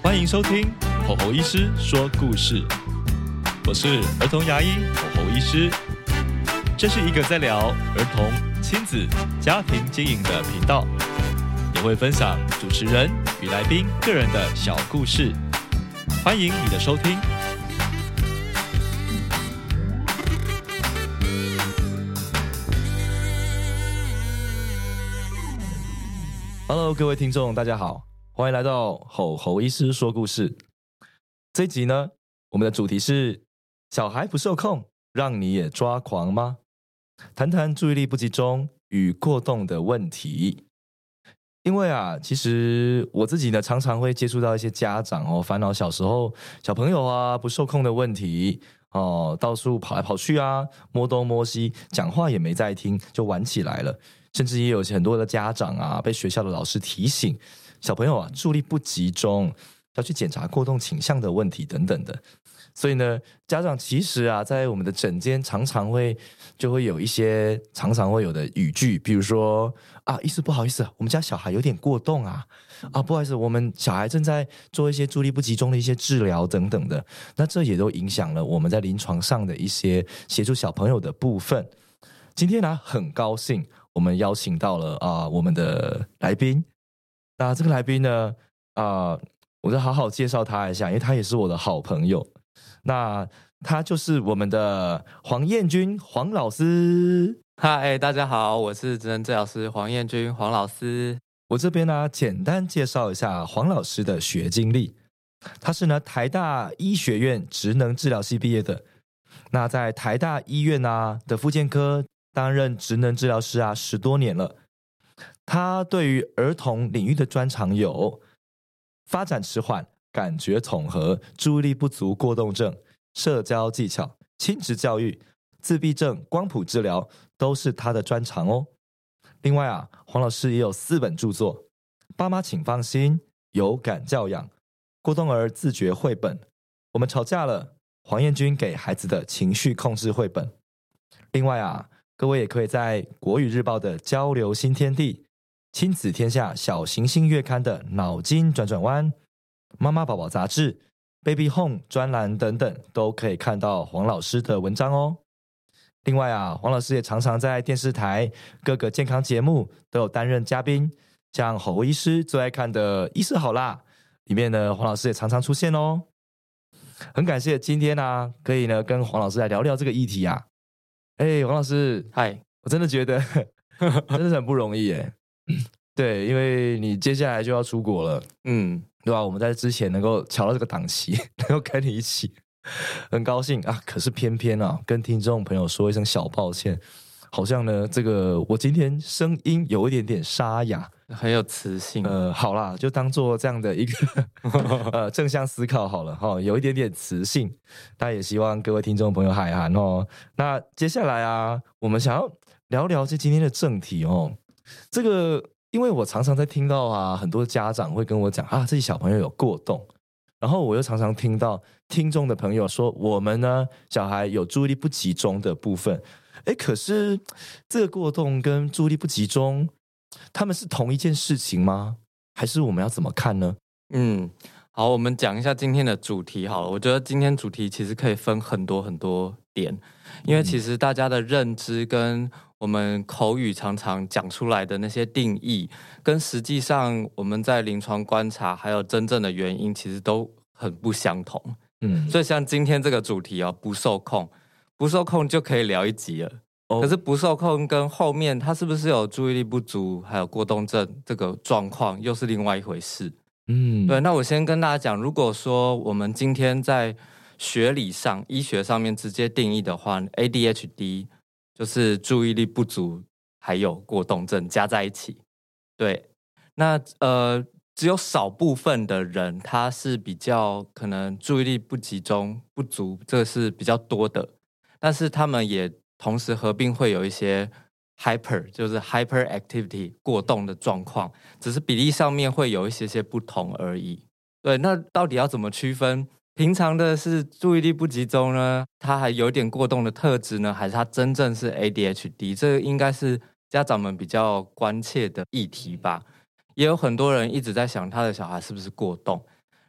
欢迎收听吼吼医师说故事，我是儿童牙医吼吼医师。这是一个在聊儿童、亲子、家庭经营的频道，也会分享主持人与来宾个人的小故事。欢迎你的收听。Hello， 各位听众，大家好，欢迎来到吼吼医师说故事。这一集呢，我们的主题是小孩不受控，让你也抓狂吗？谈谈注意力不集中与过动的问题。因为其实我自己呢，常常会接触到一些家长烦恼小时候小朋友不受控的问题到处跑来跑去摸东摸西，讲话也没在听，就玩起来了。甚至也有很多的家长被学校的老师提醒，小朋友注意力不集中，要去检查过动倾向的问题等等的。所以呢，家长其实在我们的诊间常常会有一些常常会有的语句，比如说医师不好意思，我们家小孩有点过动不好意思，我们小孩正在做一些注意力不集中的一些治疗等等的。那这也都影响了我们在临床上的一些协助小朋友的部分。今天很高兴我们邀请到了我们的来宾。那这个来宾呢我就好好介绍他一下，因为他也是我的好朋友。那他就是我们的黄彦君黄老师。 嗨，大家好，我是职能治疗师黄彦君黄老师。 我这边简单介绍一下黄老师的学经历。他是台大医学院职能治疗系毕业的。那在台大医院的复健科担任职能治疗师10多年了。他对于儿童领域的专长有发展迟缓、感觉统合、注意力不足过动症、社交技巧、亲职教育、自闭症、光谱治疗都是他的专长哦。另外黄老师也有4本著作：爸妈请放心、有感教养、过动儿自觉绘本、我们吵架了、黄彦君给孩子的情绪控制绘本。另外各位也可以在国语日报的交流新天地、亲子天下小行星月刊的脑筋转转弯、妈妈宝宝杂志、Baby Home 专栏等等，都可以看到黄老师的文章哦。另外黄老师也常常在电视台各个健康节目都有担任嘉宾，像吼医师最爱看的《医师好辣》里面呢，黄老师也常常出现哦。很感谢今天可以跟黄老师来聊聊这个议题黄老师， 嗨， 我真的觉得真的是很不容易耶。对，因为你接下来就要出国了，对吧？我们在之前能够瞧到这个档期，能够跟你一起，很高兴可是偏偏跟听众朋友说一声小抱歉，好像呢，这个我今天声音有一点点沙哑， 很有磁性。 好啦，就当做这样的一个正向思考好了有一点点磁性。那也希望各位听众朋友海涵那接下来我们想要聊聊今天的正题这个，因为我常常在听到很多家长会跟我讲自己小朋友有过动，然后我又常常听到听众的朋友说我们呢小孩有注意力不集中的部分。可是这个过动跟注意力不集中，他们是同一件事情吗？还是我们要怎么看呢？ 好，我们讲一下今天的主题好了。我觉得今天主题其实可以分很多很多点，因为其实大家的认知跟我们口语常常讲出来的那些定义，跟实际上我们在临床观察还有真正的原因，其实都很不相同。所以像今天这个主题不受控就可以聊一集了。可是不受控跟后面他是不是有注意力不足还有过动症这个状况又是另外一回事。对，那我先跟大家讲，如果说我们今天在学理上医学上面直接定义的话， ADHD 就是注意力不足还有过动症加在一起。对，那只有少部分的人他是比较可能注意力不集中不足，这个是比较多的，但是他们也同时合并会有一些 就是 hyperactivity 过动的状况，只是比例上面会有一些不同而已。对，那到底要怎么区分平常的是注意力不集中呢，他还有点过动的特质呢，还是他真正是 ADHD？ 这应该是家长们比较关切的议题吧。也有很多人一直在想他的小孩是不是过动。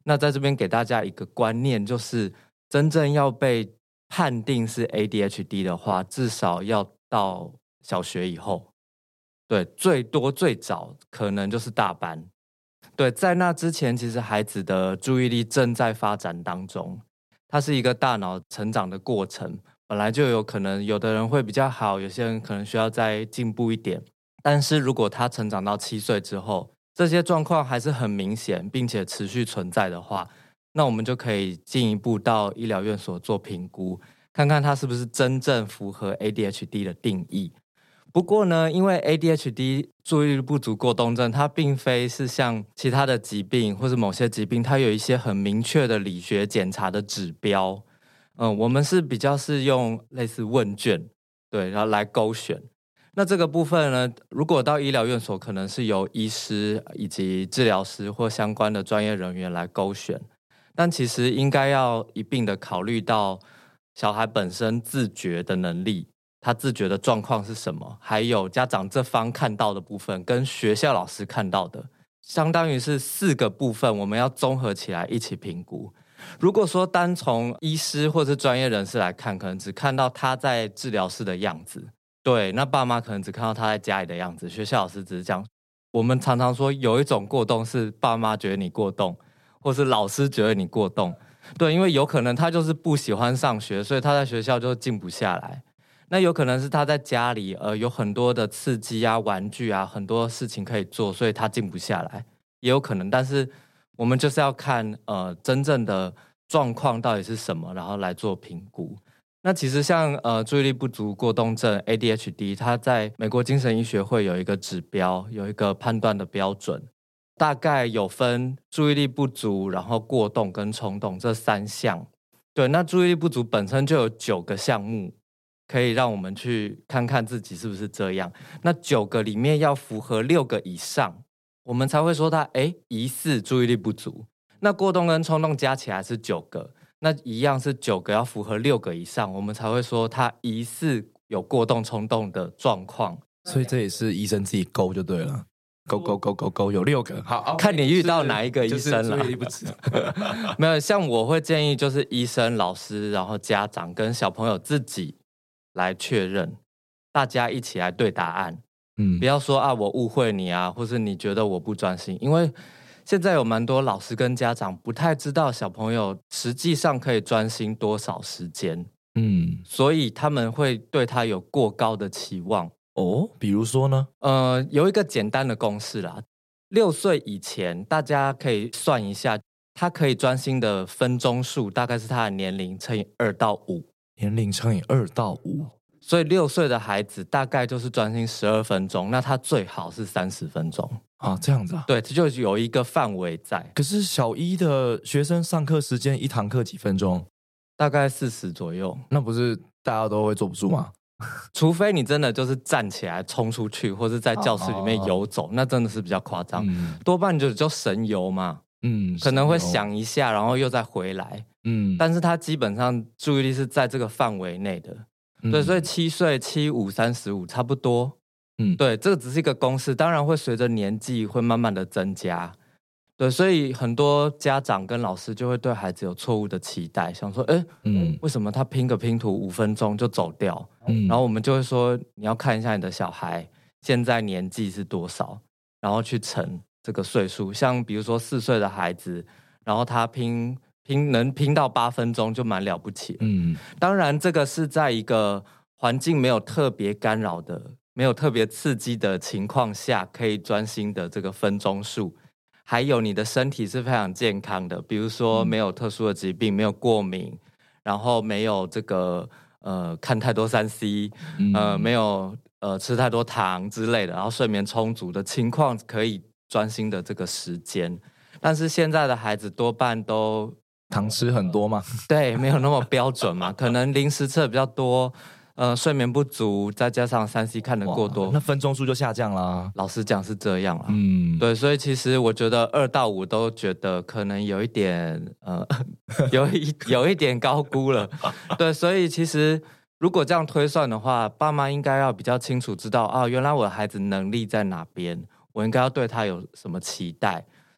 那在这边给大家一个观念，就是真正要被判定是 ADHD 的话，至少要到小学以后，对，最多最早可能就是大班。对，在那之前，其实孩子的注意力正在发展当中，它是一个大脑成长的过程，本来就有可能有的人会比较好，有些人可能需要再进步一点。但是如果他成长到7岁之后，这些状况还是很明显并且持续存在的话，那我们就可以进一步到医疗院所做评估，看看他是不是真正符合 ADHD 的定义。不过呢，因为 ADHD 注意力不足过动症，它并非是像其他的疾病或是某些疾病，它有一些很明确的理学检查的指标。我们是比较是用类似问卷，对，然后来勾选。那这个部分呢，如果到医疗院所，可能是由医师以及治疗师或相关的专业人员来勾选，但其实应该要一并的考虑到小孩本身自觉的能力，他自觉的状况是什么，还有家长这方看到的部分跟学校老师看到的，相当于是4个部分，我们要综合起来一起评估。如果说单从医师或是专业人士来看，可能只看到他在治疗室的样子，对，那爸妈可能只看到他在家里的样子，学校老师只是讲，我们常常说有一种过动是爸妈觉得你过动，或是老师觉得你过动，对，因为有可能他就是不喜欢上学，所以他在学校就静不下来。那有可能是他在家里有很多的刺激啊、玩具啊，很多事情可以做，所以他静不下来，也有可能。但是我们就是要看真正的状况到底是什么，然后来做评估。那其实像注意力不足过动症 ADHD， 它在美国精神医学会有一个指标，有一个判断的标准，大概有分注意力不足，然后过动跟冲动这3项。对，那注意力不足本身就有9个项目，可以让我们去看看自己是不是这样。那9个里面要符合6个以上，我们才会说他疑似注意力不足。那过动跟冲动加起来是9个，那一样是9个要符合6个以上，我们才会说他疑似有过动冲动的状况。 所以这也是医生自己勾就对了，勾有6个。好， 看你遇到哪一个医生了。 注意力不足没有，像我会建议就是医生、老师，然后家长跟小朋友自己来确认，大家一起来对答案。不要说我误会你啊，或是你觉得我不专心，因为现在有蛮多老师跟家长不太知道小朋友实际上可以专心多少时间，所以他们会对他有过高的期望。 比如说呢？ 有一个简单的公式啦，6岁以前大家可以算一下，他可以专心的分钟数大概是他的年龄乘以2到5， 年龄乘以2到5， 所以6岁的孩子大概就是专心12分钟，那他最好是30分钟啊，这样子啊？ 对，这就有一个范围在。 可是小一的学生上课时间1堂课几分钟？ 大概40左右， 那不是大家都会坐不住吗？ 除非你真的就是站起来冲出去，或是在教室里面游走，那真的是比较夸张。多半就神游嘛，可能会想一下，然后又再回来。但是他基本上注意力是在这个范围内的。对，所以7岁7、5、35差不多。对，这个只是一个公式，当然会随着年纪会慢慢的增加。对，所以很多家长跟老师就会对孩子有错误的期待，想说，为什么他拼个拼图5分钟就走掉？然后我们就会说，你要看一下你的小孩现在年纪是多少，然后去乘这个岁数。像比如说4岁的孩子，然后他能拼到8分钟就蛮了不起了。当然这个是在一个环境没有特别干扰的、没有特别刺激的情况下，可以专心的这个分钟数。还有你的身体是非常健康的，比如说没有特殊的疾病，没有过敏，然后没有这个看太多3C，没有吃太多糖之类的，然后睡眠充足的情况，可以专心的这个时间。但是现在的孩子多半都糖吃很多吗？ 对，没有那么标准嘛，可能零食吃的比较多。睡眠不足，再加上3C 看得过多， 那分钟数就下降啦。 老实讲是这样啦。对，所以其实我觉得2到5都觉得可能有一点有一点高估了。对，所以其实如果这样推算的话，爸妈应该要比较清楚知道原来我的孩子能力在哪边，我应该要对他有什么期待。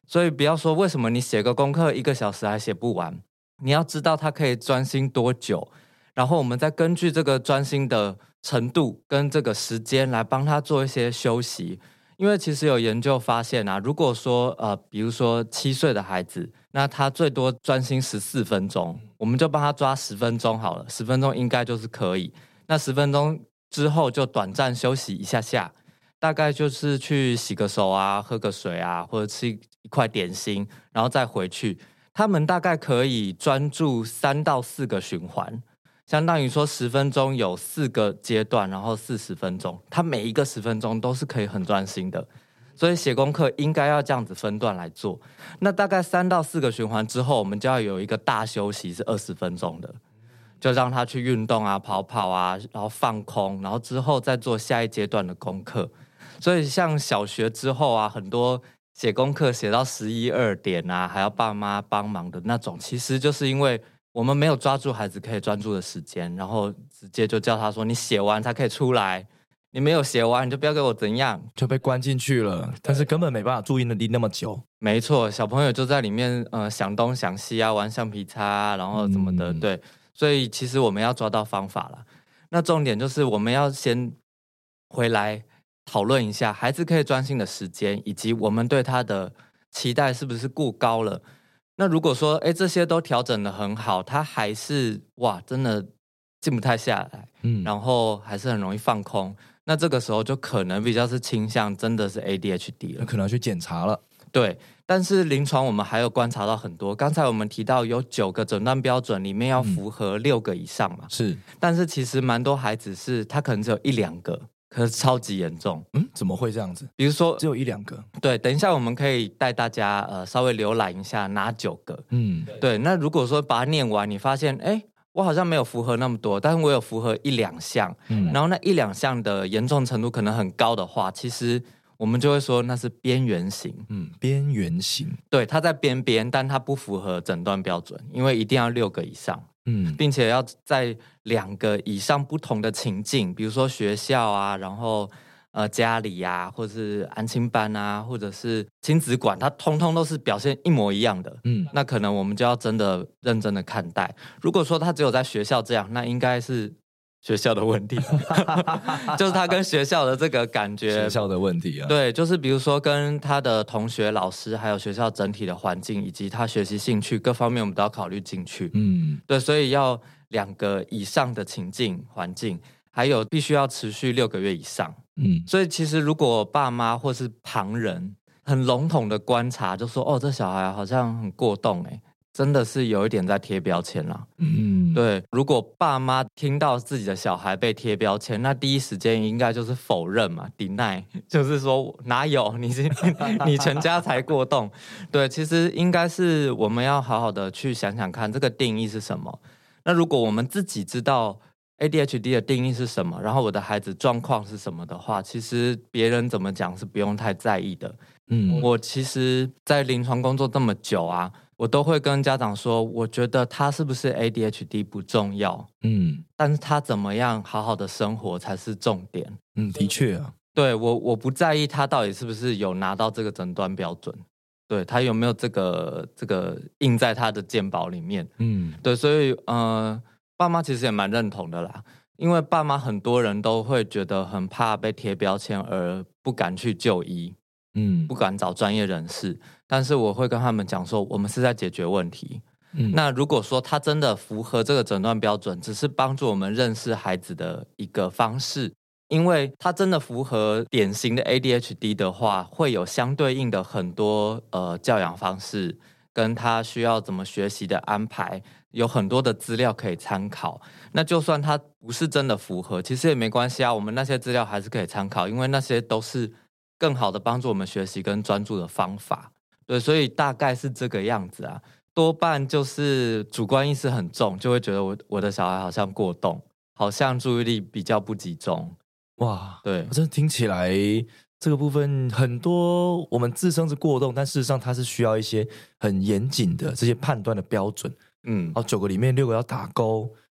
所以不要说为什么你写个功课1个小时还写不完，你要知道他可以专心多久，然后我们再根据这个专心的程度跟这个时间来帮他做一些休息。因为其实有研究发现啊，如果说比如说7岁的孩子，那他最多专心14分钟，我们就帮他抓10分钟好了，10分钟应该就是可以。那10分钟之后就短暂休息一下下，大概就是去洗个手啊，喝个水啊，或者吃一块点心，然后再回去。他们大概可以专注3到4个循环，相当于说10分钟有4个阶段，然后40分钟，他每一个10分钟都是可以很专心的。所以写功课应该要这样子分段来做。那大概3到4个循环之后，我们就要有一个大休息是20分钟的，就让他去运动啊，跑跑啊，然后放空，然后之后再做下一阶段的功课。所以像小学之后啊，很多写功课写到11、2点啊，还要爸妈帮忙的那种，其实就是因为我们没有抓住孩子可以专注的时间，然后直接就叫他说你写完才可以出来，你没有写完你就不要给我怎样， 就被关进去了，但是根本没办法注意力那么久。 没错，小朋友就在里面想东想西啊，玩橡皮擦啊，然后怎么的，对，所以其实我们要抓到方法啦。那重点就是我们要先回来讨论一下孩子可以专心的时间，以及我们对他的期待是不是过高了。那如果说这些都调整得很好，他还是哇真的静不太下来，然后还是很容易放空，那这个时候就可能比较是倾向真的是 ADHD 了， 可能要去检查了。 对，但是临床我们还有观察到很多，刚才我们提到有9个诊断标准里面要符合6个以上嘛， 是， 但是其实蛮多孩子是他可能只有1、2个，可是超级严重。 怎么会这样子？ 比如说只有1、2个？ 对，等一下我们可以带大家稍微浏览一下哪9个。对，那如果说把它念完，你发现我好像没有符合那么多，但是我有符合1、2项，然后那1、2项的严重程度可能很高的话，其实我们就会说那是边缘型。 边缘型。 对，它在边边，但它不符合诊断标准，因为一定要6个以上。并且要在2个以上不同的情境，比如说学校啊，然后家里啊，或者是安亲班啊，或者是亲子馆，它通通都是表现一模一样的。那可能我们就要真的认真的看待。如果说他只有在学校这样，那应该是学校的问题，就是他跟学校的这个感觉， 学校的问题啊。 对，就是比如说跟他的同学、老师，还有学校整体的环境，以及他学习兴趣各方面，我们都要考虑进去。对，所以要2个以上的情境环境，还有必须要持续6个月以上。所以其实如果爸妈或是旁人很笼统的观察，就说这小孩好像很过动真的是有一点在贴标签啦。对，如果爸妈听到自己的小孩被贴标签，那第一时间应该就是否认嘛 ，deny， 就是说哪有你全家才过动。对，其实应该是我们要好好的去想想看这个定义是什么。那如果我们自己知道 ADHD 的定义是什么，然后我的孩子状况是什么的话，其实别人怎么讲是不用太在意的。我其实在临床工作这么久啊，我都会跟家长说，我觉得他是不是 ADHD 不重要，但是他怎么样好好的生活才是重点。 的确啊， 对，我不在意他到底是不是有拿到这个诊断标准，对，他有没有这个印在他的健保里面。对，所以爸妈其实也蛮认同的啦，因为爸妈很多人都会觉得很怕被贴标签而不敢去就医，不敢找专业人士，但是我会跟他们讲说，我们是在解决问题。那如果说他真的符合这个诊断标准，只是帮助我们认识孩子的一个方式，因为他真的符合典型的 ADHD 的话，会有相对应的很多教养方式，跟他需要怎么学习的安排，有很多的资料可以参考。那就算他不是真的符合，其实也没关系啊，我们那些资料还是可以参考，因为那些都是更好的帮助我们学习跟专注的方法。对，所以大概是这个样子啊，多半就是主观意识很重，就会觉得我的小孩好像过动，好像注意力比较不集中。 哇， 对， 真的听起来这个部分很多我们自称是过动，但事实上它是需要一些很严谨的这些判断的标准。9个里面6个要打勾，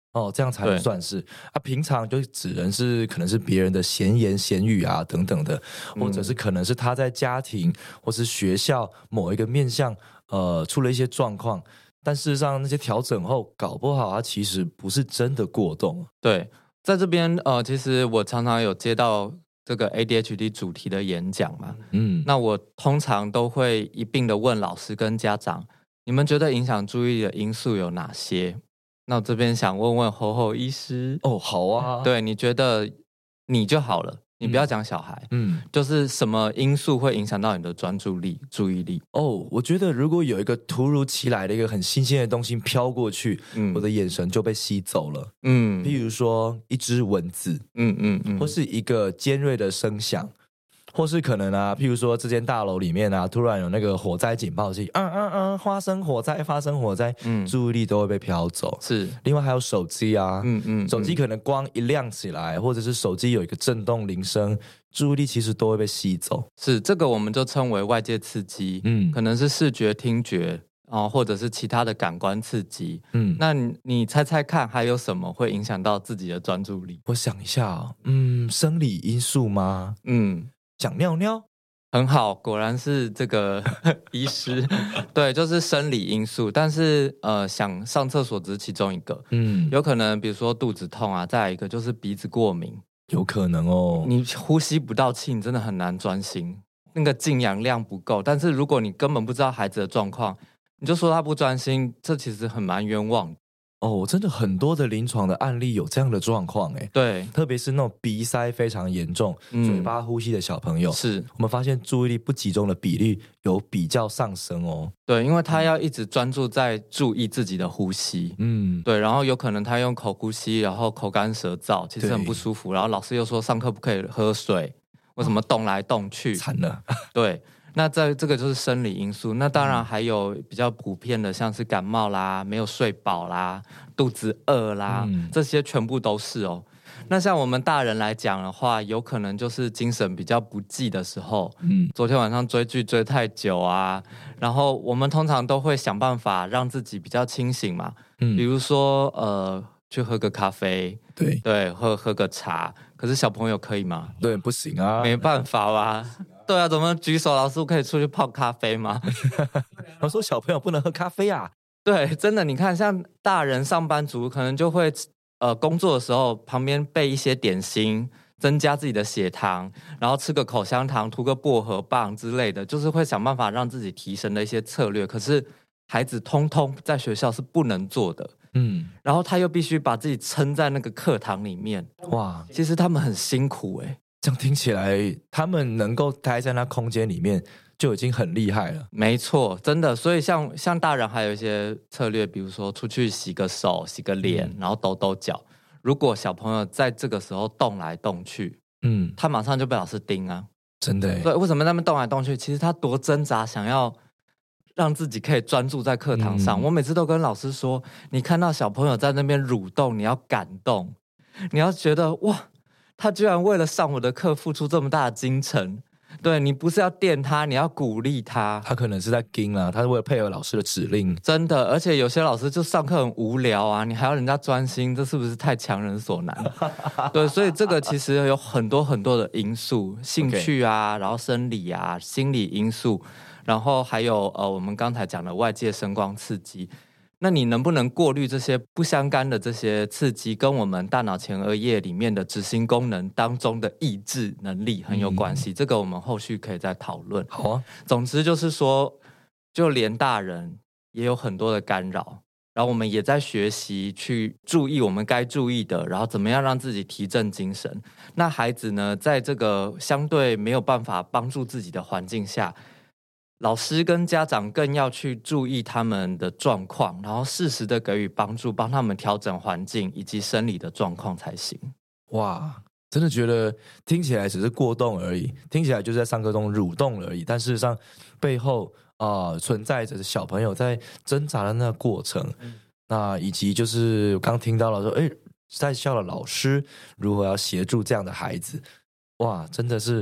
这样才能算是平常就只能是可能是别人的闲言闲语啊等等的，或者是可能是他在家庭或是学校某一个面向出了一些状况，但事实上那些调整后搞不好他其实不是真的过动。 对，在这边其实我常常有接到这个 ADHD 主题的演讲嘛，那我通常都会一并的问老师跟家长，你们觉得影响注意力的因素有哪些？那我这边想问问侯医师。 好啊。 对，你觉得你就好了，你不要讲小孩，就是什么因素会影响到你的专注力、注意力？ 我觉得如果有一个突如其来的一个很新鲜的东西飘过去，我的眼神就被吸走了。譬如说一只蚊子，或是一个尖锐的声响，或是可能譬如说这间大楼里面突然有那个火灾警报器，发生火灾，注意力都会被飘走。 是， 另外还有手机手机可能光一亮起来，或者是手机有一个震动铃声，注意力其实都会被吸走。 是，这个我们就称为外界刺激，可能是视觉、听觉或者是其他的感官刺激。那你猜猜看，还有什么会影响到自己的专注力？ 我想一下生理因素吗？想尿尿。 很好，果然是这个医师。对，就是生理因素，但是想上厕所只是其中一个。有可能比如说肚子痛啊，再来一个就是鼻子过敏， 有可能哦。 你呼吸不到气，你真的很难专心，那个进氧量不够。但是如果你根本不知道孩子的状况，你就说他不专心，这其实很蛮冤枉的。 真的很多的临床的案例有这样的状况对， 特别是那种鼻塞非常严重、嘴巴呼吸的小朋友， 是我们发现注意力不集中的比例有比较上升哦。 对，因为他要一直专注在注意自己的呼吸，对，然后有可能他用口呼吸，然后口干舌燥，其实很不舒服。然后老师又说上课不可以喝水，为什么动来动去？ 惨了。 对。那这个就是生理因素，那当然还有比较普遍的，像是感冒啦、没有睡饱啦、肚子饿啦，这些全部都是哦。那像我们大人来讲的话，有可能就是精神比较不济的时候，昨天晚上追剧追太久啊，然后我们通常都会想办法让自己比较清醒嘛，比如说去喝个咖啡，对，喝个茶。可是小朋友可以吗？ 对，不行啊， 没办法吧。对啊，怎么举手？老师可以出去泡咖啡吗？ 我说小朋友不能喝咖啡啊。 对，真的，你看，像大人上班族可能就会工作的时候旁边备一些点心，增加自己的血糖，然后吃个口香糖，涂个薄荷棒之类的，就是会想办法让自己提神的一些策略。可是孩子通通在学校是不能做的，然后他又必须把自己撑在那个课堂里面。哇，其实他们很辛苦这样听起来，他们能够待在那空间里面就已经很厉害了。 没错，真的。所以像大人还有一些策略，比如说出去洗个手、洗个脸，然后抖抖脚。如果小朋友在这个时候动来动去，他马上就被老师盯啊。 真的。 对，为什么在那边动来动去？其实他多挣扎，想要让自己可以专注在课堂上。我每次都跟老师说，你看到小朋友在那边蠕动，你要感动，你要觉得哇，他居然为了上我的课付出这么大的精神。对，你不是要电他，你要鼓励他。 他可能是在盯啊，他是为了配合老师的指令。 真的，而且有些老师就上课很无聊啊，你还要人家专心，这是不是太强人所难？对，所以这个其实有很多很多的因素，兴趣啊，然后生理啊、心理因素，然后还有我们刚才讲的外界声光刺激。那你能不能过滤这些不相干的这些刺激，跟我们大脑前额叶里面的执行功能当中的抑制能力很有关系？这个我们后续可以再讨论。 好啊， 总之就是说，就连大人也有很多的干扰，然后我们也在学习去注意我们该注意的，然后怎么样让自己提振精神。那孩子呢，在这个相对没有办法帮助自己的环境下，老师跟家长更要去注意他们的状况，然后适时的给予帮助，帮他们调整环境以及生理的状况才行。 哇，真的觉得听起来只是过动而已，听起来就是在上课中蠕动而已，但事实上背后存在着小朋友在挣扎的那个过程，那以及就是刚听到了说，在校的老师如何要协助这样的孩子，哇，真的是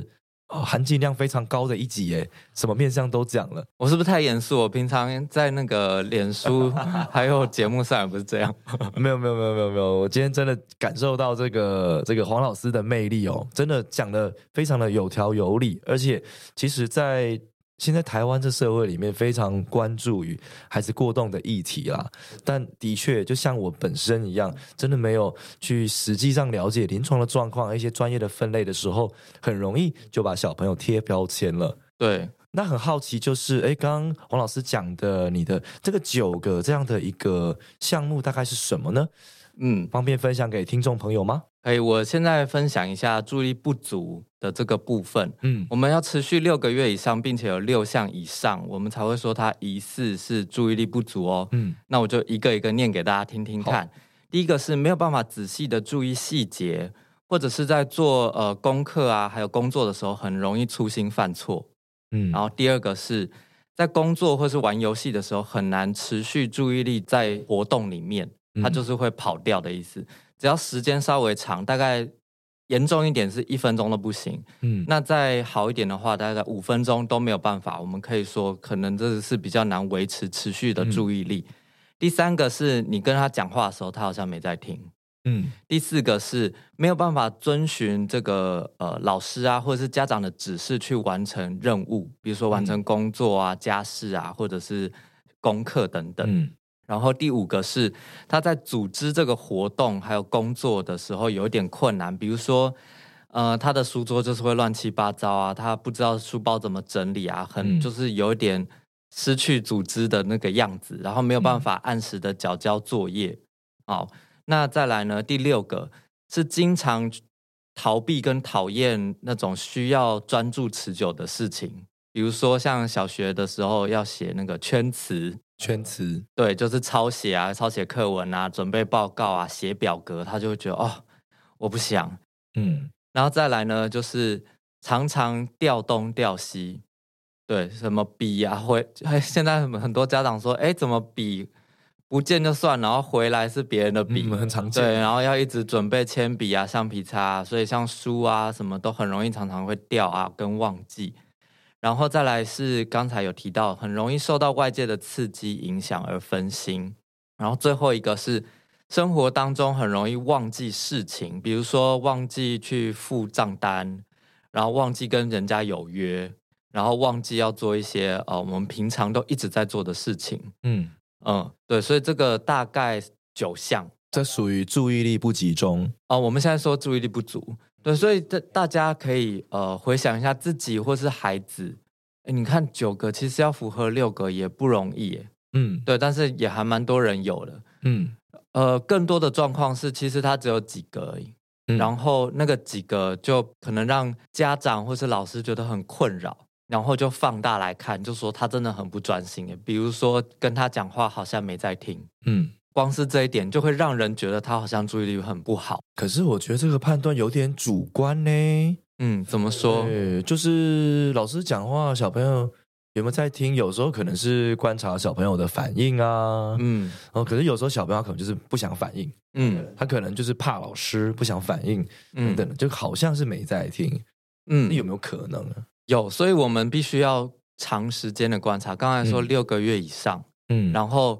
含金量非常高的一集耶，什么面向都讲了。 我是不是太严肃？我平常在那个脸书还有节目上也不是这样。 没有，我今天真的感受到这个黄老师的魅力哦，真的讲的非常的有条有理，而且其实在现在台湾这社会里面非常关注于孩子过动的议题啦，但的确就像我本身一样，真的没有去实际上了解临床的状况，一些专业的分类的时候，很容易就把小朋友贴标签了。 对， 那很好奇，就是刚刚黄老师讲的你的这个9个这样的一个项目大概是什么呢？方便分享给听众朋友吗？ 可以，我现在分享一下注意力不足的这个部分。我们要持续6个月以上，并且有6项以上，我们才会说它疑似是注意力不足哦。那我就一个一个念给大家听听看。第一个是没有办法仔细的注意细节，或者是在做功课啊，还有工作的时候很容易粗心犯错。然后第二个是在工作或是玩游戏的时候很难持续注意力在活动里面，它就是会跑掉的意思。只要时间稍微长，大概严重一点是1分钟都不行。那再好一点的话，大概5分钟都没有办法。我们可以说，可能这是比较难维持持续的注意力。第三个是你跟他讲话的时候，他好像没在听。第四个是没有办法遵循这个老师啊或者是家长的指示去完成任务，比如说完成工作啊、家事啊，或者是功课等等。然后第5个是他在组织这个活动还有工作的时候有一点困难，比如说他的书桌就是会乱七八糟啊，他不知道书包怎么整理啊，就是有一点失去组织的那个样子，然后没有办法按时的缴交作业。好，那再来呢，第6个是经常逃避跟讨厌那种需要专注持久的事情，比如说像小学的时候要写那个圈词，对，就是抄写啊，抄写课文啊，准备报告啊，写表格，他就会觉得我不想。然后再来呢，就是常常调东调西，对，什么笔啊，现在很多家长说，怎么笔不见就算，然后回来是别人的笔， 很常见。 对，然后要一直准备铅笔啊、橡皮擦啊，所以像书啊什么都很容易常常会掉啊跟忘记。然后再来是刚才有提到，很容易受到外界的刺激影响而分心。然后最后一个是生活当中很容易忘记事情，比如说忘记去付账单，然后忘记跟人家有约，然后忘记要做一些我们平常都一直在做的事情。对，所以这个大概9项， 这属于注意力不集中。 我们现在说注意力不足。对，所以大家可以回想一下自己或是孩子，你看9个其实要符合6个也不容易耶。对，但是也还蛮多人有的。更多的状况是其实他只有几个而已。然后那个几个就可能让家长或是老师觉得很困扰，然后就放大来看，就说他真的很不专心耶，比如说跟他讲话好像没在听。光是这一点就会让人觉得他好像注意力很不好。 可是我觉得这个判断有点主观呢。 怎么说？ 就是老师讲话，小朋友有没有在听？有时候可能是观察小朋友的反应啊。可是有时候小朋友可能就是不想反应。他可能就是怕老师不想反应等等，就好像是没在听。有没有可能啊？ 有，所以我们必须要长时间的观察。刚才说6个月以上。然后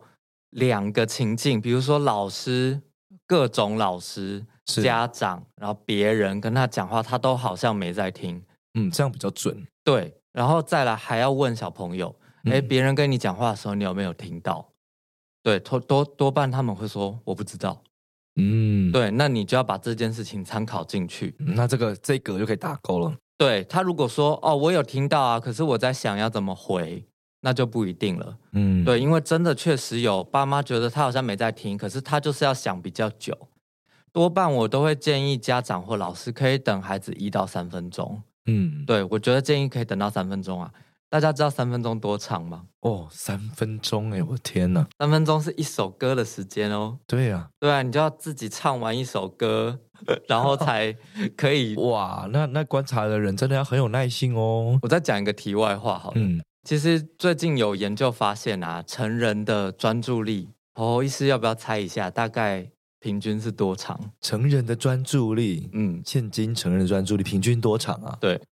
2个情境，比如说老师，各种老师、家长，然后别人跟他讲话，他都好像没在听。 这样比较准。 对，然后再来还要问小朋友，别人跟你讲话的时候，你有没有听到？对，多半他们会说我不知道。对，那你就要把这件事情参考进去。 那这一格就可以打勾了。 对，他如果说我有听到啊，可是我在想要怎么回，那就不一定了。对，因为真的确实有爸妈觉得他好像没在听，可是他就是要想比较久。多半我都会建议家长或老师可以等孩子1到3分钟。对，我觉得建议可以等到3分钟啊。大家知道3分钟多长吗 ？3分钟我的天哪 ！3分钟是一首歌的时间哦。 对啊， 你就要自己唱完一首歌，然后才可以。 哇，那观察的人真的要很有耐心哦。 我再讲一个题外话好了。其实最近有研究发现啊，成人的专注力，医师要不要猜一下，大概平均是多长？ 成人的专注力，现今成人的专注力平均多长啊？ 对，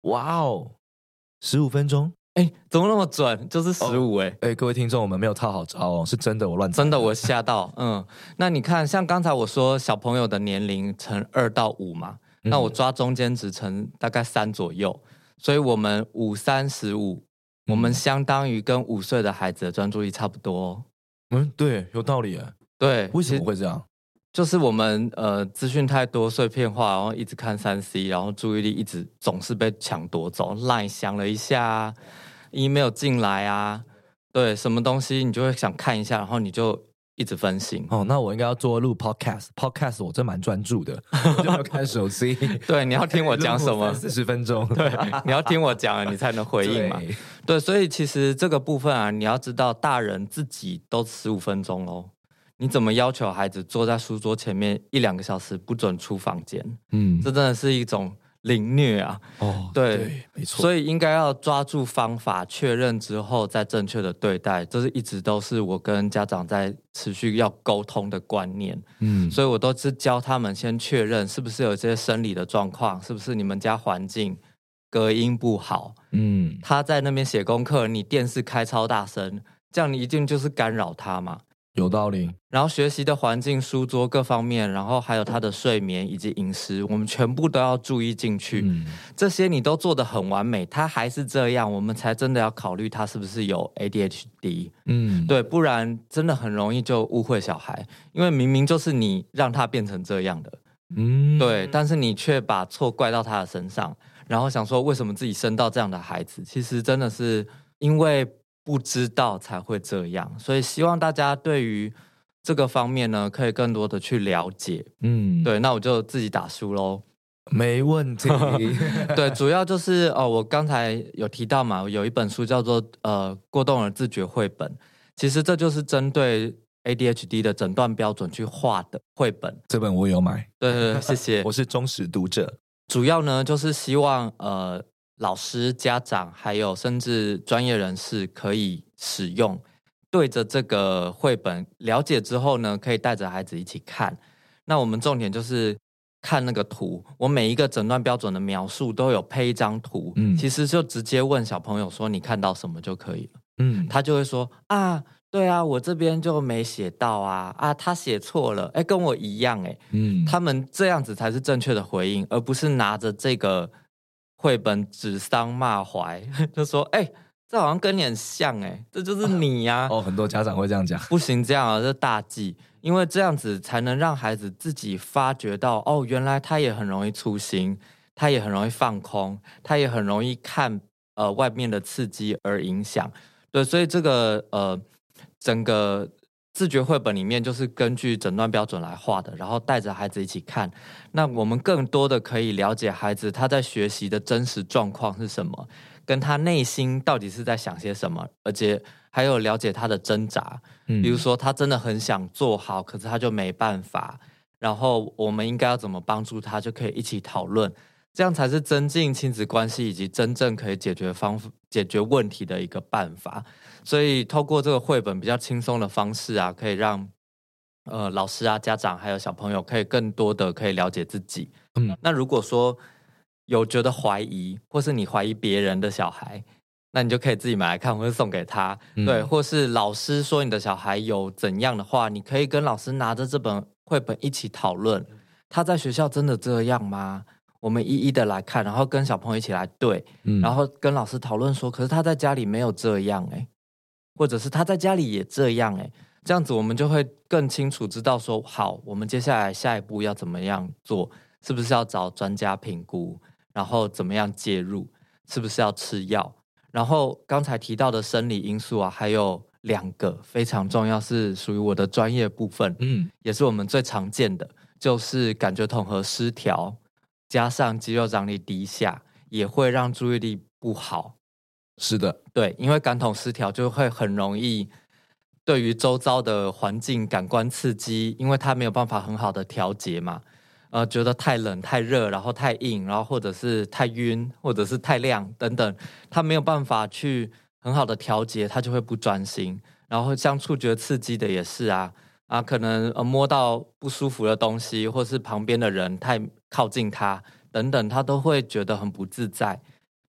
哇哦，15分钟。 怎么那么准？就是15 各位听众，我们没有套好招哦，是真的，我乱猜。 真的我吓到。那你看，像刚才我说小朋友的年龄乘2到5嘛，那我抓中间值乘大概3左右，所以我们5、3、15，我们相当于跟5岁的孩子的专注力差不多。 对，有道理耶。 对， 为什么会这样？ 就是我们资讯太多，碎片化，然后一直看3C，然后注意力一直总是被抢夺走。LINE 响了一下，email 进来啊，对，什么东西你就会想看一下，然后你就一直分心。 那我应该要做录 podcast 我真蛮专注的，我就没有看手机。 对，你要听我讲什么 ？40分钟。 对，你要听我讲了，你才能回应嘛。对，所以其实这个部分啊，你要知道，大人自己都15分钟哦。你怎么要求孩子坐在书桌前面1-2个小时不准出房间？这真的是一种凌虐啊！ 对，没错。 所以应该要抓住方法，确认之后再正确的对待，这是一直都是我跟家长在持续要沟通的观念。所以我都是教他们先确认是不是有一些生理的状况，是不是你们家环境隔音不好。他在那边写功课，你电视开超大声，这样你一定就是干扰他嘛。 有道理。 然后学习的环境、书桌各方面，然后还有他的睡眠以及饮食，我们全部都要注意进去。这些你都做得很完美，他还是这样，我们才真的要考虑他是不是有 ADHD。对，不然真的很容易就误会小孩，因为明明就是你让他变成这样的。对，但是你却把错怪到他的身上，然后想说为什么自己生到这样的孩子，其实真的是因为不知道才会这样，所以希望大家对于这个方面呢，可以更多的去了解。对，那我就自己打书咯。 没问题。 对，主要就是我刚才有提到嘛，有一本书叫做过动儿自觉绘本，其实这就是针对 ADHD 的诊断标准去画的绘本。 这本我有买。 对，谢谢。 我是忠实读者。 主要呢就是希望老师、家长还有甚至专业人士可以使用，对着这个绘本了解之后呢，可以带着孩子一起看。那我们重点就是看那个图，我每一个诊断标准的描述都有配一张图，其实就直接问小朋友说你看到什么就可以了。他就会说啊，对啊，我这边就没写到啊，他写错了，跟我一样他们这样子才是正确的回应，而不是拿着这个绘本指桑骂槐，就说这好像跟你很像这就是你呀。 很多家长会这样讲。 不行这样啊，这大忌，因为这样子才能让孩子自己发觉到原来他也很容易粗心，他也很容易放空，他也很容易看外面的刺激而影响。对，所以这个整个自觉绘本里面就是根据诊断标准来画的，然后带着孩子一起看，那我们更多的可以了解孩子他在学习的真实状况是什么，跟他内心到底是在想些什么，而且还有了解他的挣扎。比如说他真的很想做好，可是他就没办法，然后我们应该要怎么帮助他，就可以一起讨论，这样才是增进亲子关系以及真正可以解决问题的一个办法。所以透过这个绘本比较轻松的方式啊，可以让老师啊、家长还有小朋友可以更多的可以了解自己。那如果说有觉得怀疑，或是你怀疑别人的小孩，那你就可以自己买来看，或是送给他。对，或是老师说你的小孩有怎样的话，你可以跟老师拿着这本绘本一起讨论，他在学校真的这样吗？我们一一的来看，然后跟小朋友一起来对，然后跟老师讨论说，可是他在家里没有这样或者是他在家里也这样这样子我们就会更清楚知道说，好，我们接下来下一步要怎么样做，是不是要找专家评估，然后怎么样介入，是不是要吃药。然后刚才提到的生理因素啊，还有2个非常重要，是属于我的专业部分，也是我们最常见的，就是感觉统合失调加上肌肉张力低下，也会让注意力不好。 是的， 对，因为感统失调就会很容易对于周遭的环境感官刺激，因为他没有办法很好的调节嘛，觉得太冷太热，然后太硬，然后或者是太晕，或者是太亮等等，他没有办法去很好的调节，他就会不专心。然后像触觉刺激的也是可能摸到不舒服的东西，或是旁边的人太靠近他等等，他都会觉得很不自在。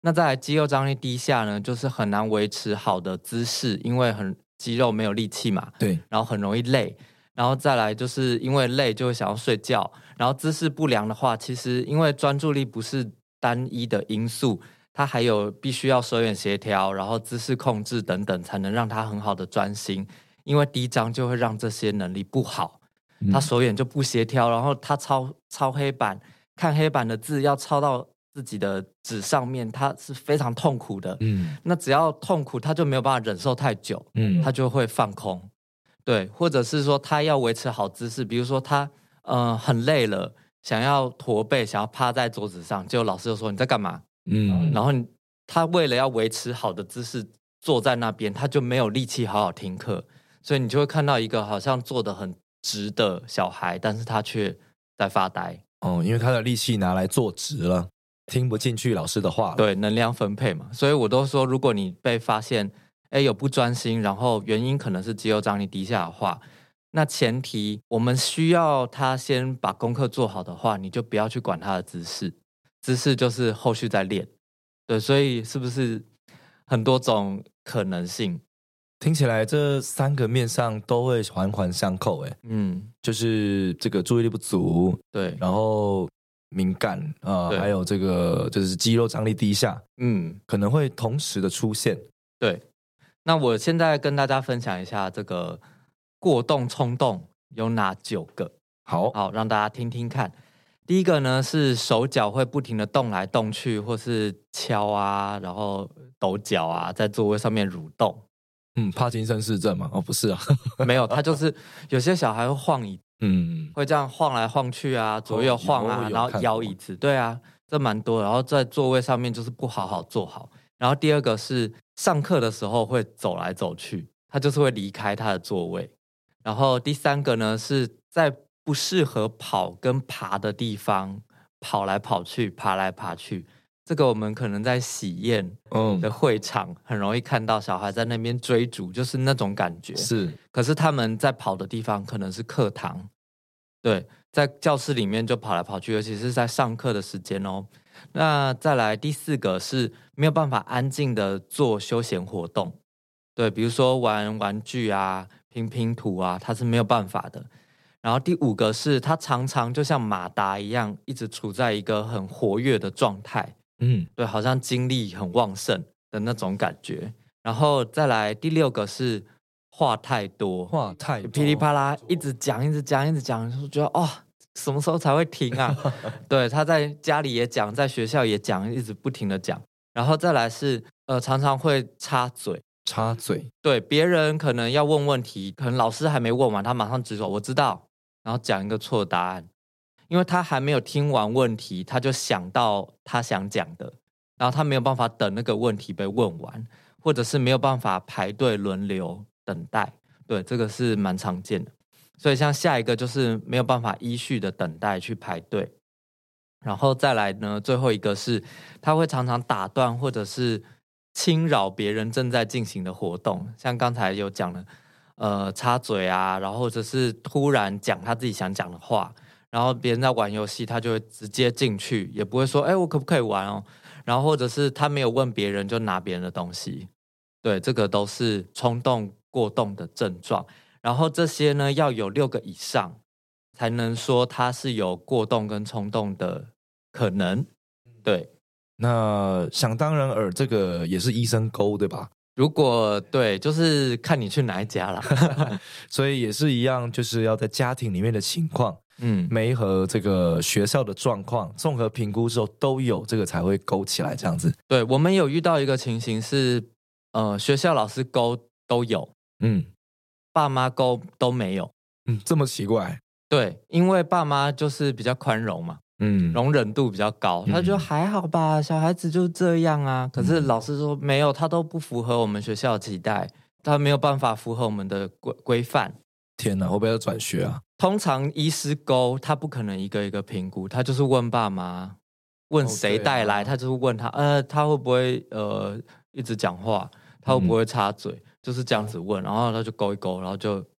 那再来肌肉张力低下呢，就是很难维持好的姿势，因为肌肉没有力气嘛， 对， 然后很容易累，然后再来就是因为累就会想要睡觉，然后姿势不良的话，其实因为专注力不是单一的因素，它还有必须要手眼协调，然后姿势控制等等，才能让它很好的专心。因为低张就会让这些能力不好，他手眼就不协调，然后他抄黑板，看黑板的字要抄到自己的纸上面，他是非常痛苦的。那只要痛苦，他就没有办法忍受太久，他就会放空。对，或者是说他要维持好姿势，比如说他很累了，想要驼背，想要趴在桌子上，结果老师就说你在干嘛？然后他为了要维持好的姿势坐在那边，他就没有力气好好听课。所以你就会看到一个好像坐得很直的小孩，但是他却在发呆。 因为他的力气拿来坐直了，听不进去老师的话了。 对，能量分配嘛。所以我都说，如果你被发现有不专心，然后原因可能是肌肉张力低下的话，那前提我们需要他先把功课做好的话，你就不要去管他的姿势，姿势就是后续再练。对，所以是不是很多种可能性？ 听起来这3个面上都会环环相扣，就是这个注意力不足， 对， 然后敏感还有这个就是肌肉张力低下，可能会同时的出现。 对，那我现在跟大家分享一下这个过动冲动有哪9个，好让大家听听看。第一个呢是手脚会不停的动来动去，或是敲啊，然后抖脚啊，在座位上面蠕动。 帕金森氏症吗？不是啊， 没有，他就是有些小孩会晃椅子，会这样晃来晃去啊，左右晃啊，然后摇椅子，对啊，这蛮多的。然后在座位上面就是不好好坐好。然后第二个是上课的时候会走来走去，他就是会离开他的座位。然后第3个呢是在不适合跑跟爬的地方跑来跑去，爬来爬去。这个我们可能在喜宴的会场很容易看到小孩在那边追逐，就是那种感觉。 是， 可是他们在跑的地方可能是课堂，对，在教室里面就跑来跑去，尤其是在上课的时间哦。那再来第4个是没有办法安静的做休闲活动，对，比如说玩玩具啊、拼拼图啊，他是没有办法的。然后第5个是他常常就像马达一样，一直处在一个很活跃的状态。对，好像精力很旺盛的那种感觉。然后再来第6个是话太多，噼里啪啦一直讲，就觉得什么时候才会停啊？对，他在家里也讲，在学校也讲，一直不停的讲。然后再来是常常会插嘴，对，别人可能要问问题，可能老师还没问完，他马上指手我知道，然后讲一个错的答案。因为他还没有听完问题，他就想到他想讲的，然后他没有办法等那个问题被问完，或者是没有办法排队轮流等待。对，这个是蛮常见的。所以像下一个就是没有办法依序的等待去排队。然后再来呢，最后一个是他会常常打断或者是侵扰别人正在进行的活动，像刚才有讲的插嘴啊，然后或者是突然讲他自己想讲的话。然后别人在玩游戏，他就会直接进去，也不会说我可不可以玩哦。然后或者是他没有问别人就拿别人的东西。对，这个都是冲动过动的症状。然后这些呢要有6个以上才能说他是有过动跟冲动的可能。对， 那想当然尔这个也是医生勾对吧？ 如果对，就是看你去哪一家啦。 所以也是一样，就是要在家庭里面的情况媒合这个学校的状况综合评估之后都有，这个才会勾起来这样子。 对，我们有遇到一个情形是学校老师勾都有，爸妈勾都没有。 这么奇怪？ 对，因为爸妈就是比较宽容嘛，容忍度比较高，他就还好吧，小孩子就这样啊。可是老师说没有，他都不符合我们学校的期待，他没有办法符合我们的规范。 天哪，会不会要转学啊？ 通常医师勾他不可能一个一个评估，他就是问爸妈，问谁带来，他就是问他，他会不会一直讲话，他会不会插嘴，就是这样子问，然后他就勾一勾，然后就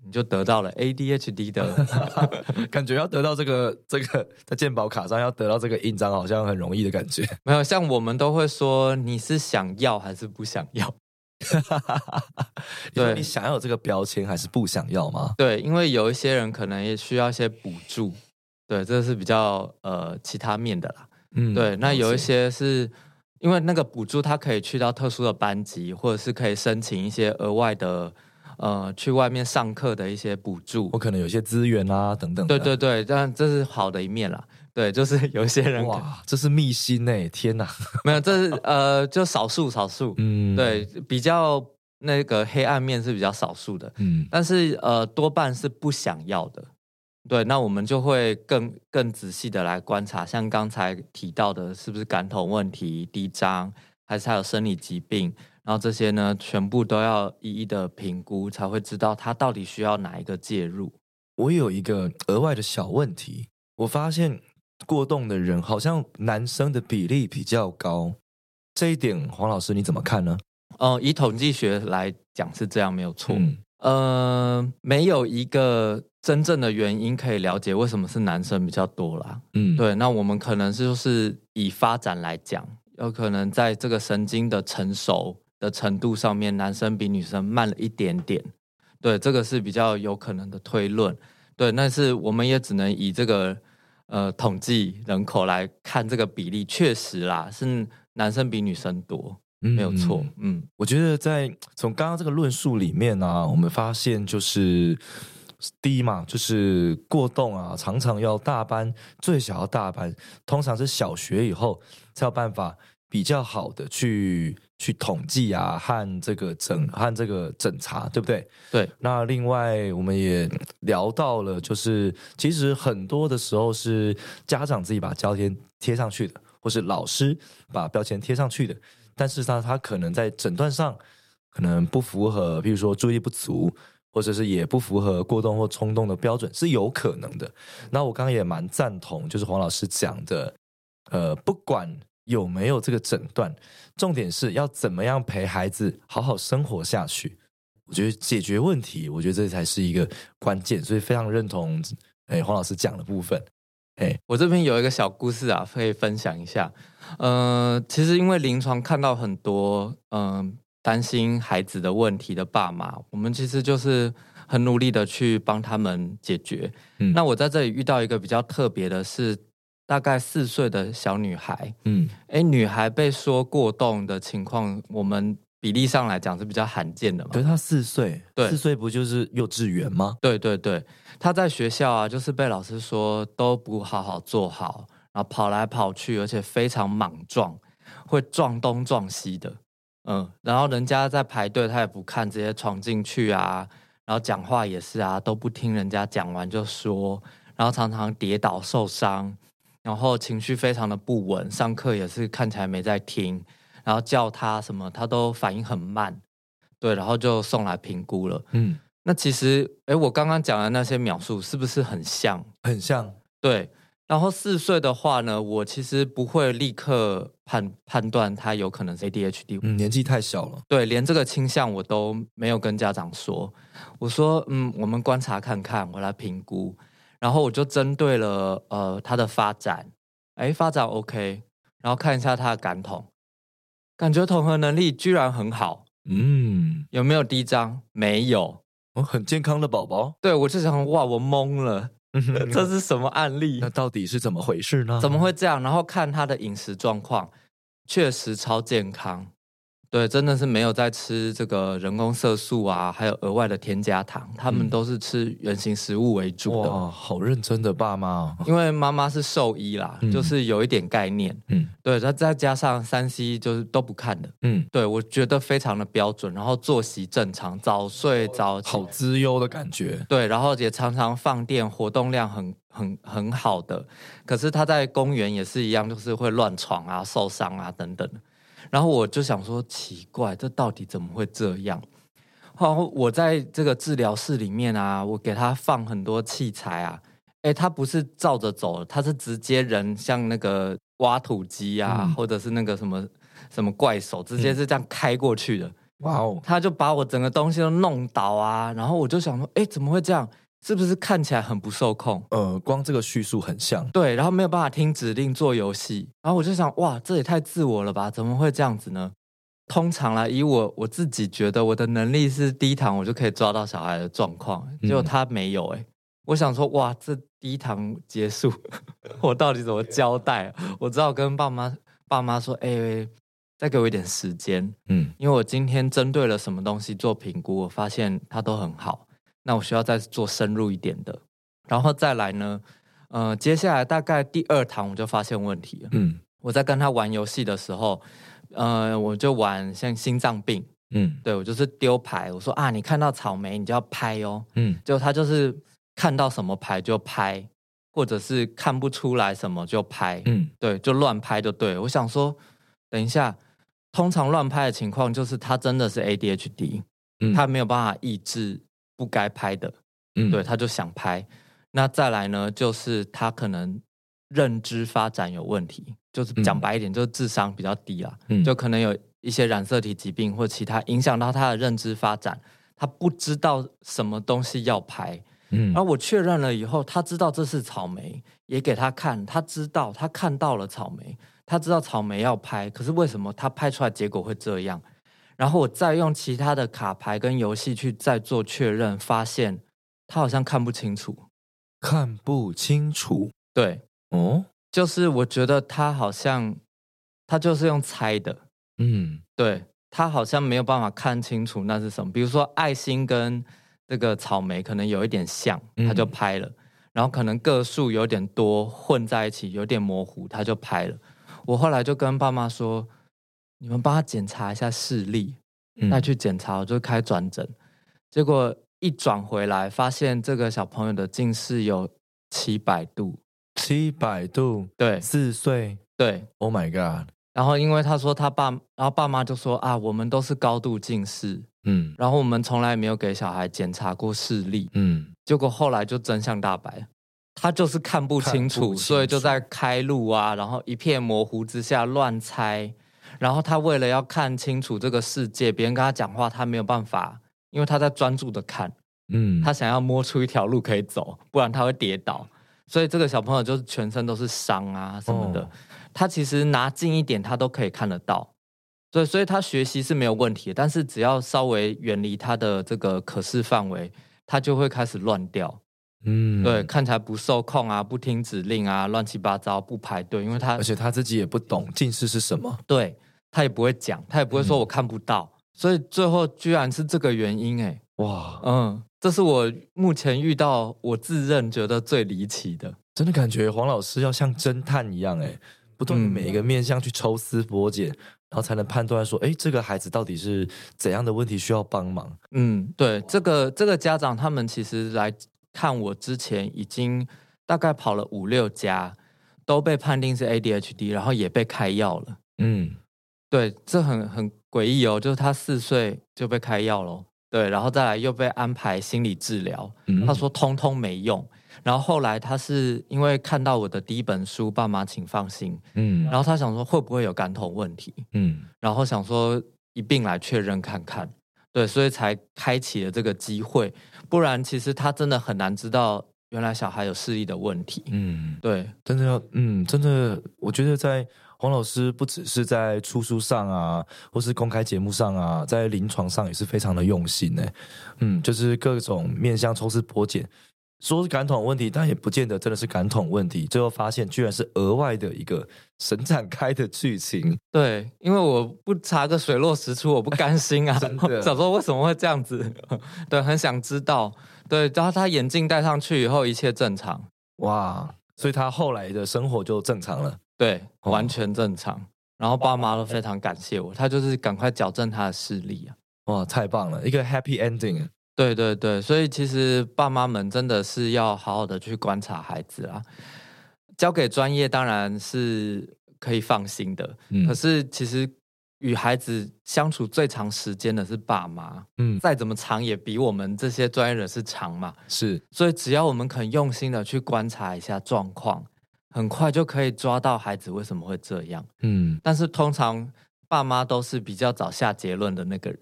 你就得到了 ADHD 的感觉要得到这个在健保卡上要得到这个印章，好像很容易的感觉。 没有，像我们都会说你是想要还是不想要？ 对，你想要有这个标签还是不想要吗？ 对，因为有一些人可能也需要一些补助，对，这是比较其他面的啦。对，那有一些是因为那个补助，它可以去到特殊的班级，或者是可以申请一些额外的去外面上课的一些补助， 我可能有些资源啊等等的。 对对对，但这是好的一面啦。对，就是有一些人哇，这是秘辛欸，天哪！ 没有，这是就少数，对，比较那个黑暗面是比较少数的，但是多半是不想要的。对，那我们就会更仔细的来观察，像刚才提到的，是不是感统问题、低张，还是还有生理疾病，然后这些呢，全部都要一一的评估，才会知道他到底需要哪一个介入。 我有一个额外的小问题，我发现过动的人好像男生的比例比较高，这一点黄老师你怎么看呢？ 以统计学来讲是这样，没有错。没有一个真正的原因可以了解为什么是男生比较多啦。对，那我们可能就是以发展来讲，有可能在这个神经的成熟的程度上面，男生比女生慢了一点点。对，这个是比较有可能的推论。对，但是我们也只能以这个统计人口来看这个比例，确实啦，是男生比女生多。没有错。 我觉得从刚刚这个论述里面啊，我们发现就是第一嘛，就是过动啊，常常要大班，最小要大班，通常是小学以后才有办法比较好的去统计啊，和这个诊查，对不对？ 对。 那另外我们也聊到了，就是其实很多的时候是家长自己把标签贴上去的，或是老师把标签贴上去的。但是他可能在诊断上可能不符合，譬如说注意力不足，或者是也不符合过动或冲动的标准，是有可能的。那我刚刚也蛮赞同，就是黄老师讲的，不管有没有这个诊断，重点是要怎么样陪孩子好好生活下去。我觉得解决问题，我觉得这才是一个关键，所以非常认同黄老师讲的部分。 我这边有一个小故事啊，可以分享一下。其实因为临床看到很多担心孩子的问题的爸妈，我们其实就是很努力的去帮他们解决。那我在这里遇到一个比较特别的是，大概4岁的小女孩。女孩被说过动的情况，我们比例上来讲是比较罕见的嘛。 可是她4岁， 对 ，4岁不就是幼稚园吗？ 对对对，她在学校啊，就是被老师说都不好好做好，然后跑来跑去，而且非常莽撞，会撞东撞西的。然后人家在排队，她也不看，直接闯进去啊，然后讲话也是啊，都不听人家讲完就说，然后常常跌倒受伤，然后情绪非常的不稳，上课也是看起来没在听。然后叫他什么，他都反应很慢，对，然后就送来评估了。那其实，我刚刚讲的那些描述是不是很像？ 很像， 对。然后4岁的话呢，我其实不会立刻判断他有可能是 ADHD。 年纪太小了。 对，连这个倾向我都没有跟家长说。我说，我们观察看看，我来评估。然后我就针对了他的发展，发展 OK， 然后看一下他的感统。感觉统合能力居然很好。有没有低张？没有。 很健康的宝宝。 对，我就想，哇，我懵了。这是什么案例？ 那到底是怎么回事呢？ 怎么会这样？然后看他的饮食状况，确实超健康。对，真的是没有在吃这个人工色素啊，还有额外的添加糖，他们都是吃原型食物为主的。 哇，好认真的爸妈。 因为妈妈是兽医啦，就是有一点概念。对，再加上3C 就是都不看的。对，我觉得非常的标准，然后作息正常，早睡早起， 好资优的感觉。 对，然后也常常放电，活动量很好的。可是他在公园也是一样，就是会乱闯啊、受伤啊等等。然后我就想说，奇怪，这到底怎么会这样？然后我在这个治疗室里面啊，我给他放很多器材啊，他不是照着走，他是直接人像那个挖土机啊，或者是那个什么怪手，直接是这样开过去的。 哇哦， 他就把我整个东西都弄倒啊，然后我就想说，哎，怎么会这样？是不是看起来很不受控？ 光这个叙述很像。 对，然后没有办法听指令做游戏，然后我就想，哇，这也太自我了吧？怎么会这样子呢？通常啦，以我自己觉得我的能力是第一堂我就可以抓到小孩的状况，结果他没有我想说，哇，这第一堂结束，我到底怎么交代啊？我只好跟爸妈说，再给我一点时间，因为我今天针对了什么东西做评估，我发现它都很好，那我需要再做深入一点的，然后再来呢，接下来大概第2堂我就发现问题了，我在跟他玩游戏的时候，我就玩像心脏病，对，我就是丢牌，我说啊，你看到草莓你就要拍哦，结果他就是看到什么牌就拍，或者是看不出来什么就拍，对，就乱拍就对了。我想说，等一下，通常乱拍的情况就是他真的是 ADHD，他没有办法抑制不该拍的，对，他就想拍。那再来呢，就是他可能认知发展有问题，就是讲白一点，就是智商比较低啦，就可能有一些染色体疾病或其他影响到他的认知发展，他不知道什么东西要拍。然后我确认了以后，他知道这是草莓，也给他看，他知道他看到了草莓，他知道草莓要拍，可是为什么他拍出来结果会这样？然后我再用其他的卡牌跟游戏去再做确认，发现他好像看不清楚，对，就是我觉得他好像他就是用猜的，对，他好像没有办法看清楚那是什么，比如说爱心跟这个草莓可能有一点像，他就拍了，然后可能个数有点多混在一起有点模糊，他就拍了。我后来就跟爸妈说，你们帮他检查一下视力，带去检查，我就开转诊，结果一转回来发现这个小朋友的近视有700度 ，700度， 对 ，4岁， 对 ，Oh my god， 然后因为他说然后爸妈就说啊，我们都是高度近视，然后我们从来没有给小孩检查过视力，结果后来就真相大白，他就是看不清楚，所以就在开路啊，然后一片模糊之下乱猜，然后他为了要看清楚这个世界，别人跟他讲话他没有办法，因为他在专注的看，他想要摸出一条路可以走，不然他会跌倒，所以这个小朋友就是全身都是伤啊什么的，他其实拿近一点他都可以看得到，所以他学习是没有问题的，但是只要稍微远离他的这个可视范围，他就会开始乱掉，对，看起来不受控啊，不听指令啊，乱七八糟，不排队，因为而且他自己也不懂近视是什么， 对，他也不会讲，他也不会说我看不到，所以最后居然是这个原因哇，这是我目前遇到我自认觉得最离奇的， 真的感觉黄老师要像侦探一样不断每一个面向去抽丝剥茧，然后才能判断说，这个孩子到底是怎样的问题需要帮忙。 对，这个家长他们其实来看我之前已经大概跑了5-6家，都被判定是 ADHD， 然后也被开药了。对，这很诡异哦，就是他4岁就被开药了，对，然后再来又被安排心理治疗，他说通通没用。然后后来他是因为看到我的第一本书《爸妈请放心》，然后他想说会不会有感统问题，然后想说一并来确认看看，对，所以才开启了这个机会，不然其实他真的很难知道原来小孩有视力的问题。对， 真的要，真的，我觉得在黄老师不只是在出书上啊，或是公开节目上啊，在临床上也是非常的用心就是各种面向抽丝剥茧。说是感统问题，但也不见得真的是感统问题。最后发现，居然是额外的一个神展开的剧情。 对，因为我不查个水落石出，我不甘心啊！想说为什么会这样子？对，很想知道。对，然后他眼镜戴上去以后，一切正常。 哇，所以他后来的生活就正常了。 对，完全正常。然后爸妈都非常感谢我，他就是赶快矫正他的视力啊！ 哇，太棒了，一个 happy ending。 对对对，所以其实爸妈们真的是要好好的去观察孩子啦，交给专业当然是可以放心的，可是其实与孩子相处最长时间的是爸妈，再怎么长也比我们这些专业人士长嘛， 是， 所以只要我们肯用心的去观察一下状况，很快就可以抓到孩子为什么会这样，但是通常爸妈都是比较早下结论的那个人。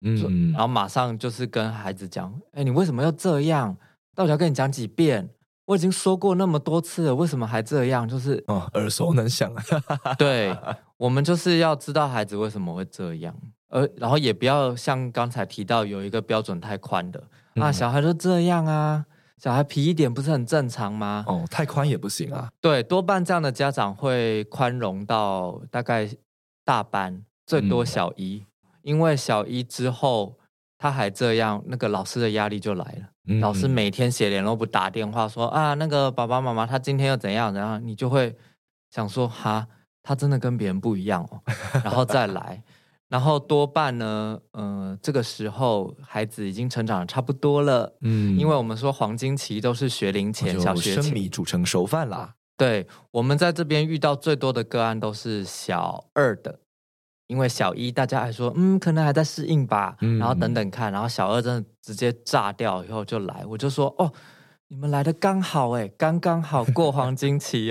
然后马上就是跟孩子讲，你为什么要这样？到底要跟你讲几遍？我已经说过那么多次了，为什么还这样？就是耳熟能详。 对，我们就是要知道孩子为什么会这样，然后也不要像刚才提到有一个标准太宽的小孩就这样啊，小孩皮一点不是很正常吗？ 太宽也不行啊。 对，多半这样的家长会宽容到大概大班，最多小一，因为小一之后他还这样，那个老师的压力就来了。老师每天写联络簿打电话说那个爸爸妈妈他今天又怎样怎样，你就会想说他真的跟别人不一样然后再来，然后多半呢这个时候孩子已经成长得差不多了，因为我们说黄金期都是学龄前、小学前， 生米煮成熟饭啦。 对，我们在这边遇到最多的个案都是小2的。因为小1大家还说可能还在适应吧，然后等等看，然后小2真的直接炸掉以后就来，我就说你们来的刚好刚刚好过黄金期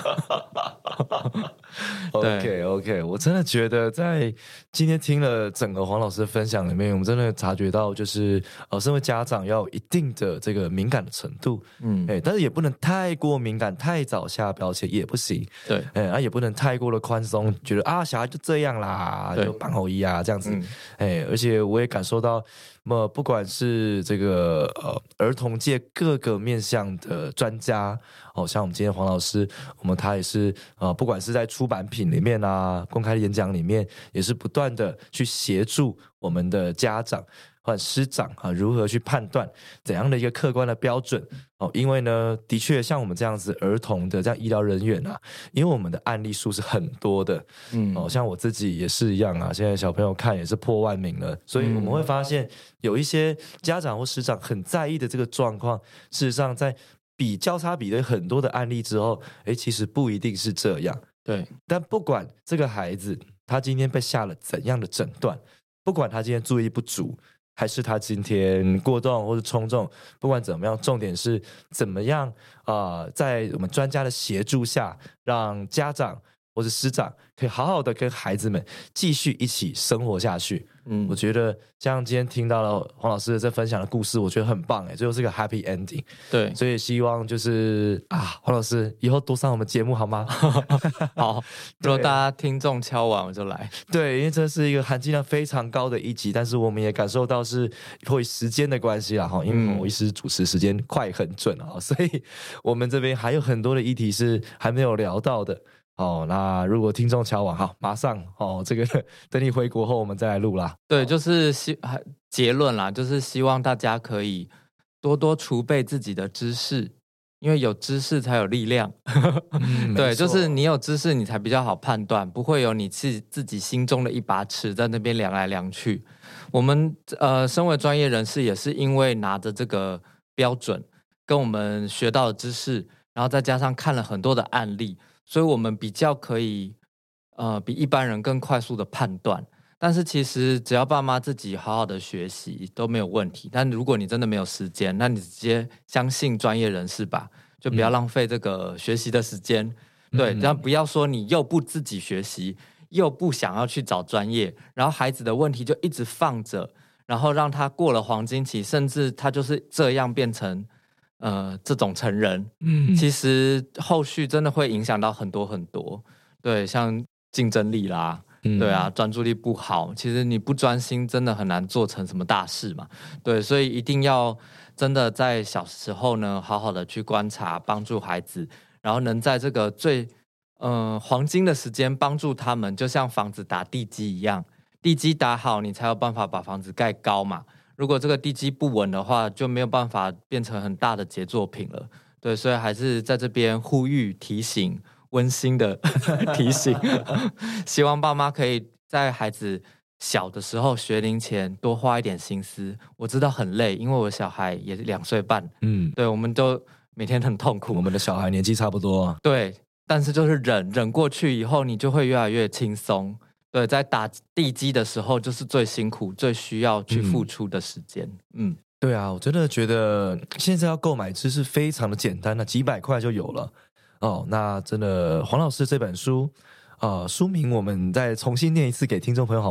OK， 我真的觉得在今天听了整个黄老师的分享里面，我们真的察觉到就是身为家长要有一定的这个敏感的程度，但是也不能太过敏感，太早下标签也不行， 对， 也不能太过的宽松，觉得小孩就这样啦，就绑后衣这样子，而且我也感受到，不管是这个儿童界各个面向的专家，像我们今天黄老师，他也是不管是在出版品里面公开演讲里面，也是不断的去协助我们的家长或者师长如何去判断怎样的一个客观的标准因为呢，的确像我们这样子儿童的这样医疗人员因为我们的案例数是很多的，像我自己也是一样现在小朋友看也是破万名了，所以我们会发现有一些家长或师长很在意的这个状况，事实上在比交叉比对很多的案例之后，其实不一定是这样。 对， 但不管这个孩子他今天被下了怎样的诊断，不管他今天注意力不足，还是他今天过动或是冲动，不管怎么样，重点是怎么样在我们专家的协助下，让家长或是师长可以好好的跟孩子们继续一起生活下去。我觉得像今天听到了黄老师这分享的故事，我觉得很棒最后是个 happy ending。 对， 所以希望就是黄老师以后多上我们节目好吗？ 好，如果大家听众敲完我就来。对， 因为这是一个含金量非常高的一集，但是我们也感受到是会时间的关系啦，因为我一时主持时间快很准所以我们这边还有很多的议题是还没有聊到的。那如果听众敲完马上这个等你回国后我们再来录啦。 对，就是结论啦，就是希望大家可以多多储备自己的知识，因为有知识才有力量。对，就是你有知识你才比较好判断，不会有你自己心中的一把尺在那边量来量去。我们身为专业人士也是因为拿着这个标准跟我们学到的知识，然后再加上看了很多的案例，所以我们比较可以比一般人更快速的判断。但是其实只要爸妈自己好好的学习都没有问题，但如果你真的没有时间，那你直接相信专业人士吧，就不要浪费这个学习的时间。对，这样不要说你又不自己学习，又不想要去找专业，然后孩子的问题就一直放着，然后让他过了黄金期，甚至他就是这样变成这种成人。其实后续真的会影响到很多很多。对，像竞争力啦，对啊，专注力不好，其实你不专心真的很难做成什么大事嘛。对，所以一定要真的在小时候呢好好的去观察，帮助孩子，然后能在这个最黄金的时间帮助他们，就像房子打地基一样，地基打好你才有办法把房子盖高嘛。如果这个地基不稳的话，就没有办法变成很大的杰作品了。对，所以还是在这边呼吁提醒，温馨的提醒，希望爸妈可以在孩子小的时候学龄前多花一点心思。我知道很累，因为我小孩也是2岁半，对，我们都每天很痛苦。 我们的小孩年纪差不多对，但是就是忍过去以后，你就会越来越轻松。对，在打地基的时候就是最辛苦最需要去付出的时间。 对啊，我真的觉得现在要购买知识非常的简单，那几百块就有了那真的黄老师这本书书名我们再重新念一次给听众朋友好吗？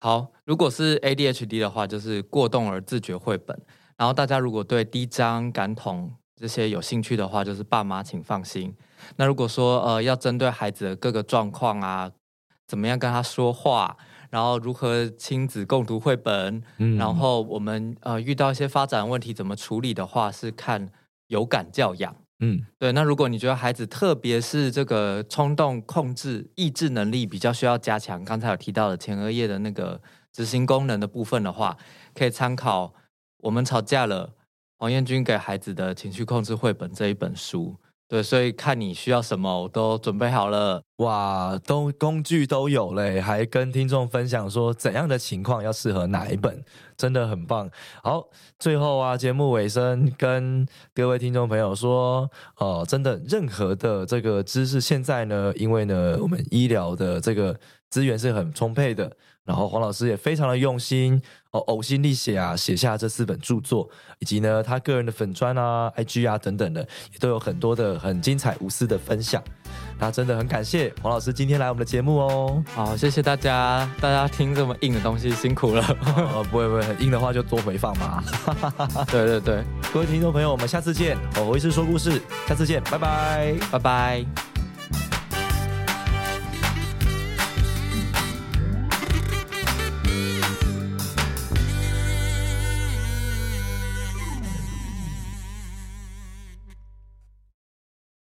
好，如果是 ADHD 的话，就是过动儿自觉绘本。然后大家如果对低张、感统这些有兴趣的话，就是爸妈请放心。那如果说要针对孩子的各个状况啊，怎么样跟他说话，然后如何亲子共读绘本，然后我们遇到一些发展问题怎么处理的话，是看有感教养。对。那如果你觉得孩子特别是这个冲动控制、意志能力比较需要加强，刚才有提到的前额叶的那个执行功能的部分的话，可以参考《我们吵架了》黄彦君给孩子的情绪控制绘本这一本书。对，所以看你需要什么，我都准备好了。 哇，都工具都有嘞，还跟听众分享说怎样的情况要适合哪一本，真的很棒。好，最后啊，节目尾声跟各位听众朋友说，真的任何的这个知识，现在呢，因为呢，我们医疗的这个资源是很充沛的，然后黄老师也非常的用心，呕心沥血啊，写下这4本著作，以及呢他个人的粉专啊、IG 啊等等的，也都有很多的很精彩无私的分享。那真的很感谢黄老师今天来我们的节目哦。 好，谢谢大家，大家听这么硬的东西辛苦了。 不会，很硬的话就多回放嘛。 对， 各位听众朋友，我们下次见，吼吼医师说故事，下次见，拜拜， 拜拜。